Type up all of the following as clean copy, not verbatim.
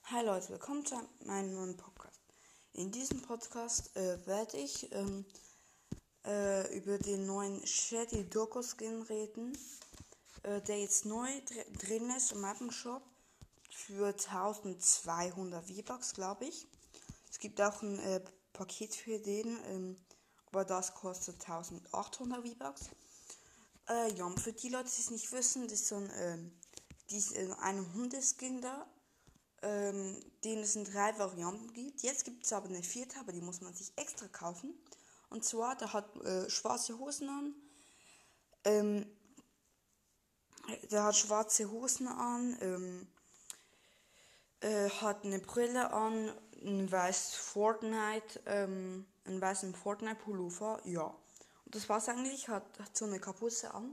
Hi Leute, willkommen zu meinem neuen Podcast. In diesem Podcast werde ich über den neuen Shady Doku Skin reden, der jetzt neu drin ist im Item Shop für 1200 V-Bucks, glaube ich. Es gibt auch ein Paket für den, aber das kostet 1800 V-Bucks. Ja, für die Leute, die es nicht wissen, das ist so ein Hundeskin da. Den es in 3 Varianten gibt. Jetzt gibt es aber eine 4., aber die muss man sich extra kaufen. Und zwar, der hat schwarze Hosen an. Hat eine Brille an, einen weißen Fortnite-Pullover, ja. Und das war's eigentlich, hat so eine Kapuze an.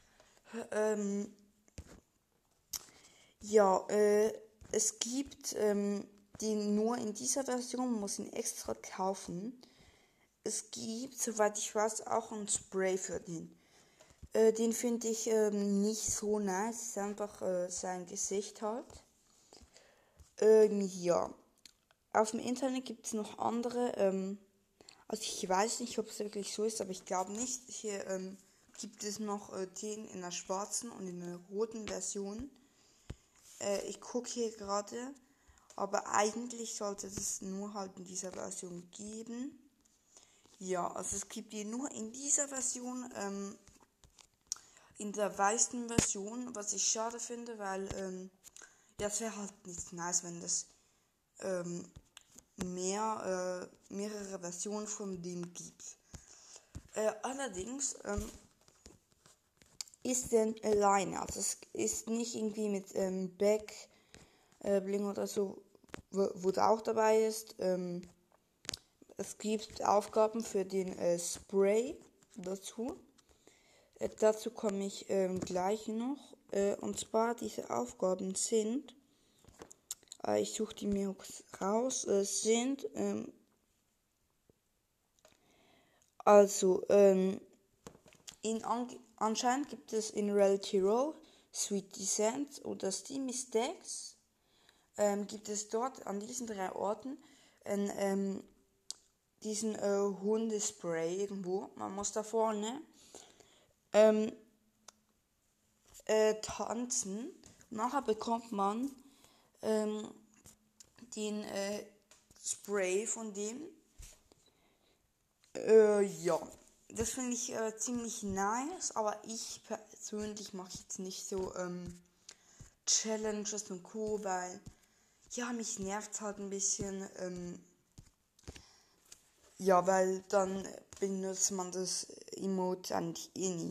Es gibt den nur in dieser Version, man muss ihn extra kaufen. Es gibt, soweit ich weiß, auch ein Spray für den. Den finde ich nicht so nice, es ist einfach sein Gesicht halt. Ja. Auf dem Internet gibt es noch andere, also ich weiß nicht, ob es wirklich so ist, aber ich glaube nicht. Hier gibt es noch den in der schwarzen und in der roten Version. Ich gucke hier gerade, aber eigentlich sollte es nur halt in dieser Version geben. Ja, also es gibt die nur in dieser Version, in der weißen Version, was ich schade finde, weil ja, es wäre halt nicht nice, wenn das mehrere Versionen von dem gibt. Allerdings ist der alleine, also es ist nicht irgendwie mit Back Bling oder so, wo der auch dabei ist. Es gibt Aufgaben für den Spray dazu. Dazu komme ich gleich noch. Und zwar diese Aufgaben sind, ich suche die mir raus, anscheinend gibt es in Reality Row, Sweet Descent oder Steamy Stacks, gibt es dort an diesen 3 Orten diesen Hundespray irgendwo. Man muss da vorne tanzen. Nachher bekommt man den Spray von dem. Ja, das finde ich ziemlich nice, aber ich persönlich mache jetzt nicht so Challenges und Co., weil ja, mich nervt halt ein bisschen. Ja, weil dann benutzt man das Emote eigentlich nie.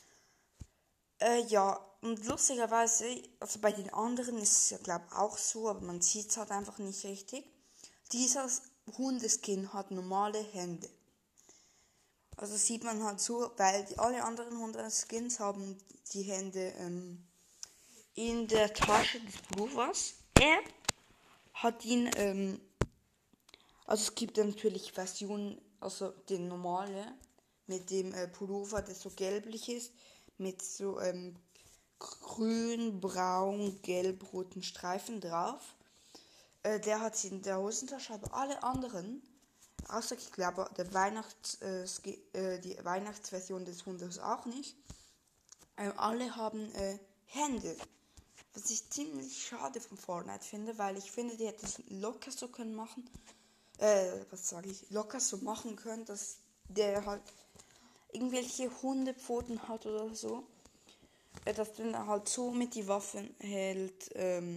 Ja, und lustigerweise, also bei den anderen ist es ja glaube ich auch so, aber man sieht es halt einfach nicht richtig. Dieser Hundeskin hat normale Hände. Also sieht man halt so, weil alle anderen Hundeskins haben die Hände in der Tasche des Pullovers. Er hat ihn, also es gibt natürlich Versionen, also den normale mit dem Pullover, der so gelblich ist, mit so grün, braun, gelb, roten Streifen drauf. Der hat sie in der Hosentasche, aber alle anderen, außer ich glaube die Weihnachtsversion des Hundes auch nicht, alle haben Hände. Was ich ziemlich schade von Fortnite finde, weil ich finde, die hätten es locker so können machen. Locker so machen können, dass der halt irgendwelche Hundepfoten hat oder so. Dass der halt so mit die Waffen hält.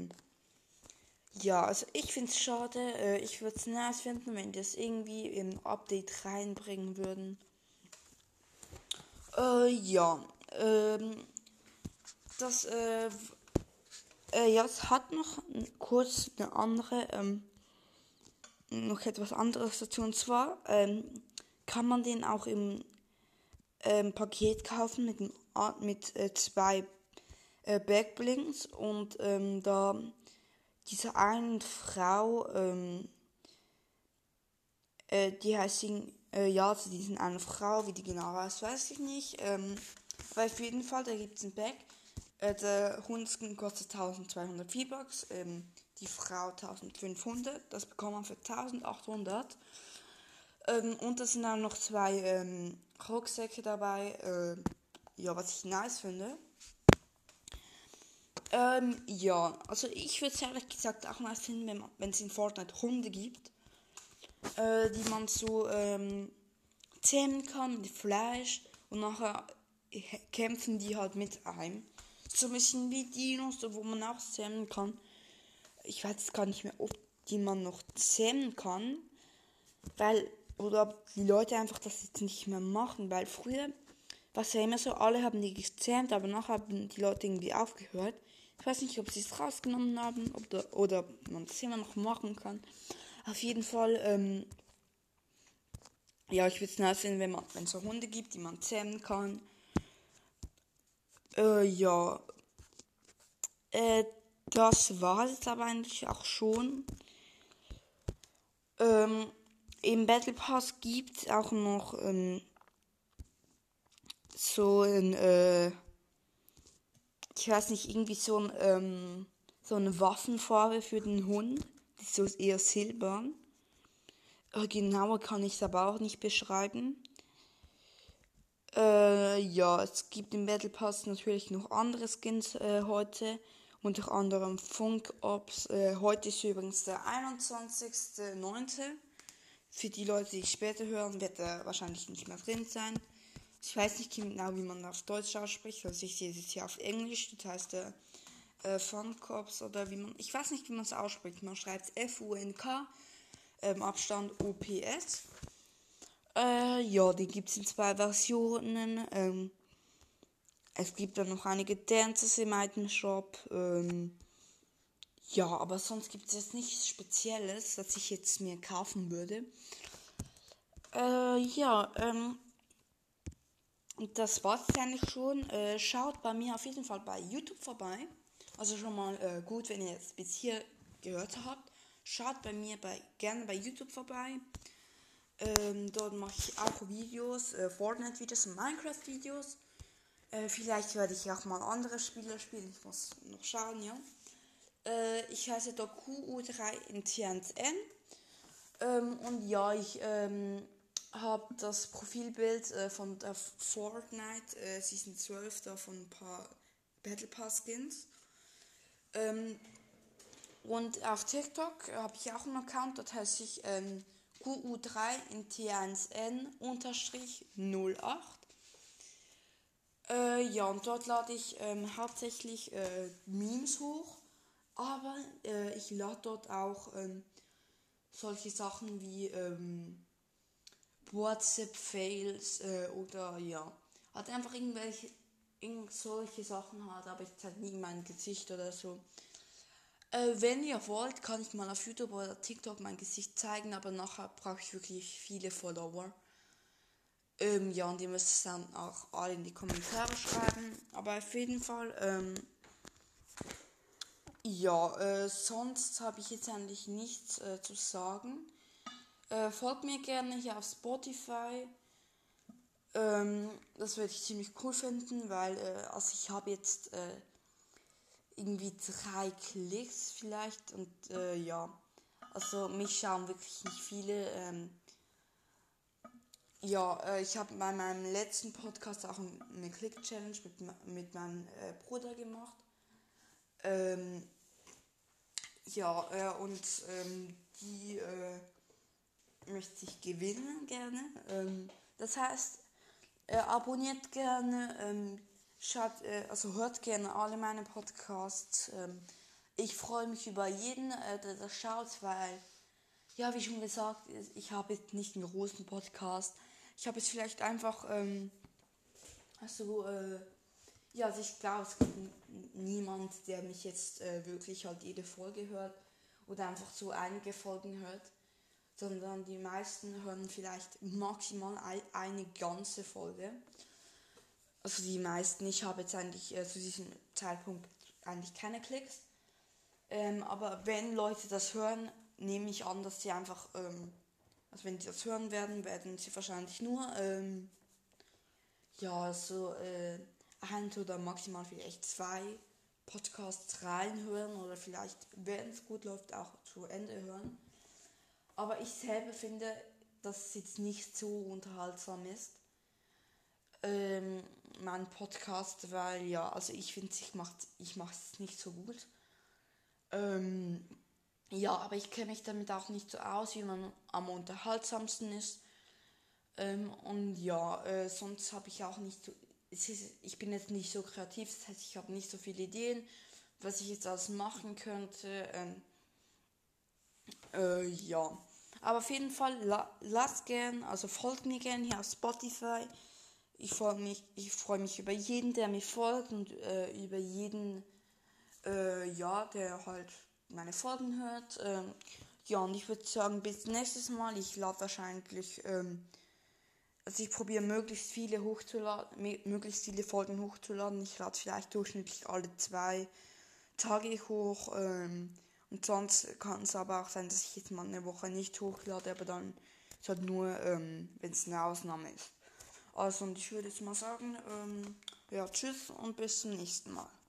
Ja, also ich finde es schade. Ich würde es nice finden, wenn die das irgendwie im Update reinbringen würden. Ja. Es hat noch kurz eine andere, noch etwas anderes dazu. Und zwar kann man den auch im Paket kaufen mit 2 Backblings und da diese einen Frau, die heißt also die sind eine Frau, wie die genau heißt, weiß ich nicht. Aber auf jeden Fall, da gibt es ein Back. Der Hundskin kostet 1200 V-Bucks. die Frau 1500. Das bekommt man für 1800. Und da sind auch noch 2 Rucksäcke dabei, was ich nice finde. Ja, also ich würde es ehrlich gesagt auch nice finden, wenn es in Fortnite Hunde gibt, die man so zähmen kann, mit Fleisch, und nachher kämpfen die halt mit einem. So ein bisschen wie Dinos, wo man auch zähmen kann. Ich weiß jetzt gar nicht mehr, ob die man noch zähmen kann, oder ob die Leute einfach das jetzt nicht mehr machen, weil früher war es ja immer so, alle haben die gezähmt, aber nachher haben die Leute irgendwie aufgehört. Ich weiß nicht, ob sie es rausgenommen haben oder ob man das immer noch machen kann. Auf jeden Fall, ja, ich würde es nice finden, wenn es so Hunde gibt, die man zähmen kann. Ja, das war es aber eigentlich auch schon. Im Battle Pass gibt es auch noch so ein, ich weiß nicht, irgendwie so eine Waffenfarbe für den Hund. Die ist so eher silbern. Genauer kann ich es aber auch nicht beschreiben. Ja, es gibt im Battle Pass natürlich noch andere Skins heute. Unter anderem Funk Ops. Heute ist übrigens der 21.09. Für die Leute, die später hören, wird er wahrscheinlich nicht mehr drin sein. Ich weiß nicht genau, wie man auf Deutsch ausspricht. Also ich sehe es jetzt hier auf Englisch. Das heißt Funk Ops oder ich weiß nicht, wie man es ausspricht. Man schreibt FUNK, Abstand OPS. Ja, die gibt es in 2 Versionen. Es gibt dann noch einige Dances im Item Shop. Ja, aber sonst gibt es jetzt nichts Spezielles, das ich jetzt mir kaufen würde. Ja, und das war's eigentlich schon. Schaut bei mir auf jeden Fall bei YouTube vorbei. Also schon mal gut, wenn ihr es bis hier gehört habt. Schaut bei mir gerne bei YouTube vorbei. Dort mache ich auch Videos, Fortnite-Videos und Minecraft-Videos. Vielleicht werde ich auch mal andere Spiele spielen. Ich muss noch schauen, ja. Ich heiße dort QU3 in TNN. Und ja, ich habe das Profilbild von der Fortnite Season 12 da von ein paar Battle Pass Skins. Und auf TikTok habe ich auch einen Account, dort heiße ich QU3 in T1N-08. Ja, und dort lade ich hauptsächlich Memes hoch, aber ich lade dort auch solche Sachen wie WhatsApp-Fails oder ja, hat einfach solche Sachen hat, aber ich zeige nie mein Gesicht oder so. Wenn ihr wollt, kann ich mal auf YouTube oder TikTok mein Gesicht zeigen, aber nachher brauche ich wirklich viele Follower. Ja, und ihr müsst es dann auch alle in die Kommentare schreiben. Aber auf jeden Fall, ja, sonst habe ich jetzt eigentlich nichts zu sagen. Folgt mir gerne hier auf Spotify. Das würde ich ziemlich cool finden, weil also ich habe jetzt irgendwie 3 Klicks vielleicht und ja, also mich schauen wirklich nicht viele. Ja, ich habe bei meinem letzten Podcast auch eine Click-Challenge mit meinem Bruder gemacht. Ja, und die möchte ich gewinnen gerne. Das heißt, abonniert gerne, also hört gerne alle meine Podcasts. Ich freue mich über jeden, der das schaut, weil, ja, wie schon gesagt, ich habe jetzt nicht einen großen Podcast. Ich habe jetzt vielleicht einfach, ja, also ich glaube, es gibt niemand, der mich jetzt wirklich halt jede Folge hört oder einfach so einige Folgen hört, sondern die meisten hören vielleicht maximal eine ganze Folge. Also die meisten, ich habe jetzt eigentlich zu diesem Zeitpunkt eigentlich keine Klicks. Aber wenn Leute das hören, nehme ich an, dass sie einfach, also wenn sie das hören werden sie wahrscheinlich nur, ja, so 1 oder maximal vielleicht 2 Podcasts reinhören oder vielleicht, wenn es gut läuft, auch zu Ende hören. Aber ich selber finde, dass es jetzt nicht so unterhaltsam ist. Mein Podcast, weil ja, also ich finde, ich mache es nicht so gut. Ja, aber ich kenne mich damit auch nicht so aus, wie man am unterhaltsamsten ist. Und ja, sonst habe ich auch nicht so, ich bin jetzt nicht so kreativ, das heißt, ich habe nicht so viele Ideen, was ich jetzt alles machen könnte. Ja. Aber auf jeden Fall, lasst gern, also folgt mir gern hier auf Spotify. Ich freu mich über jeden, der mir folgt und über jeden, ja, der halt meine Folgen hört. Ja, und ich würde sagen, bis nächstes Mal. Ich lade wahrscheinlich, also ich probiere möglichst viele hochzuladen, möglichst viele Folgen hochzuladen. Ich lade vielleicht durchschnittlich alle 2 Tage hoch. Und sonst kann es aber auch sein, dass ich jetzt mal eine Woche nicht hochlade, aber dann ist halt nur, wenn es eine Ausnahme ist. Also, und ich würde jetzt mal sagen, ja, tschüss und bis zum nächsten Mal.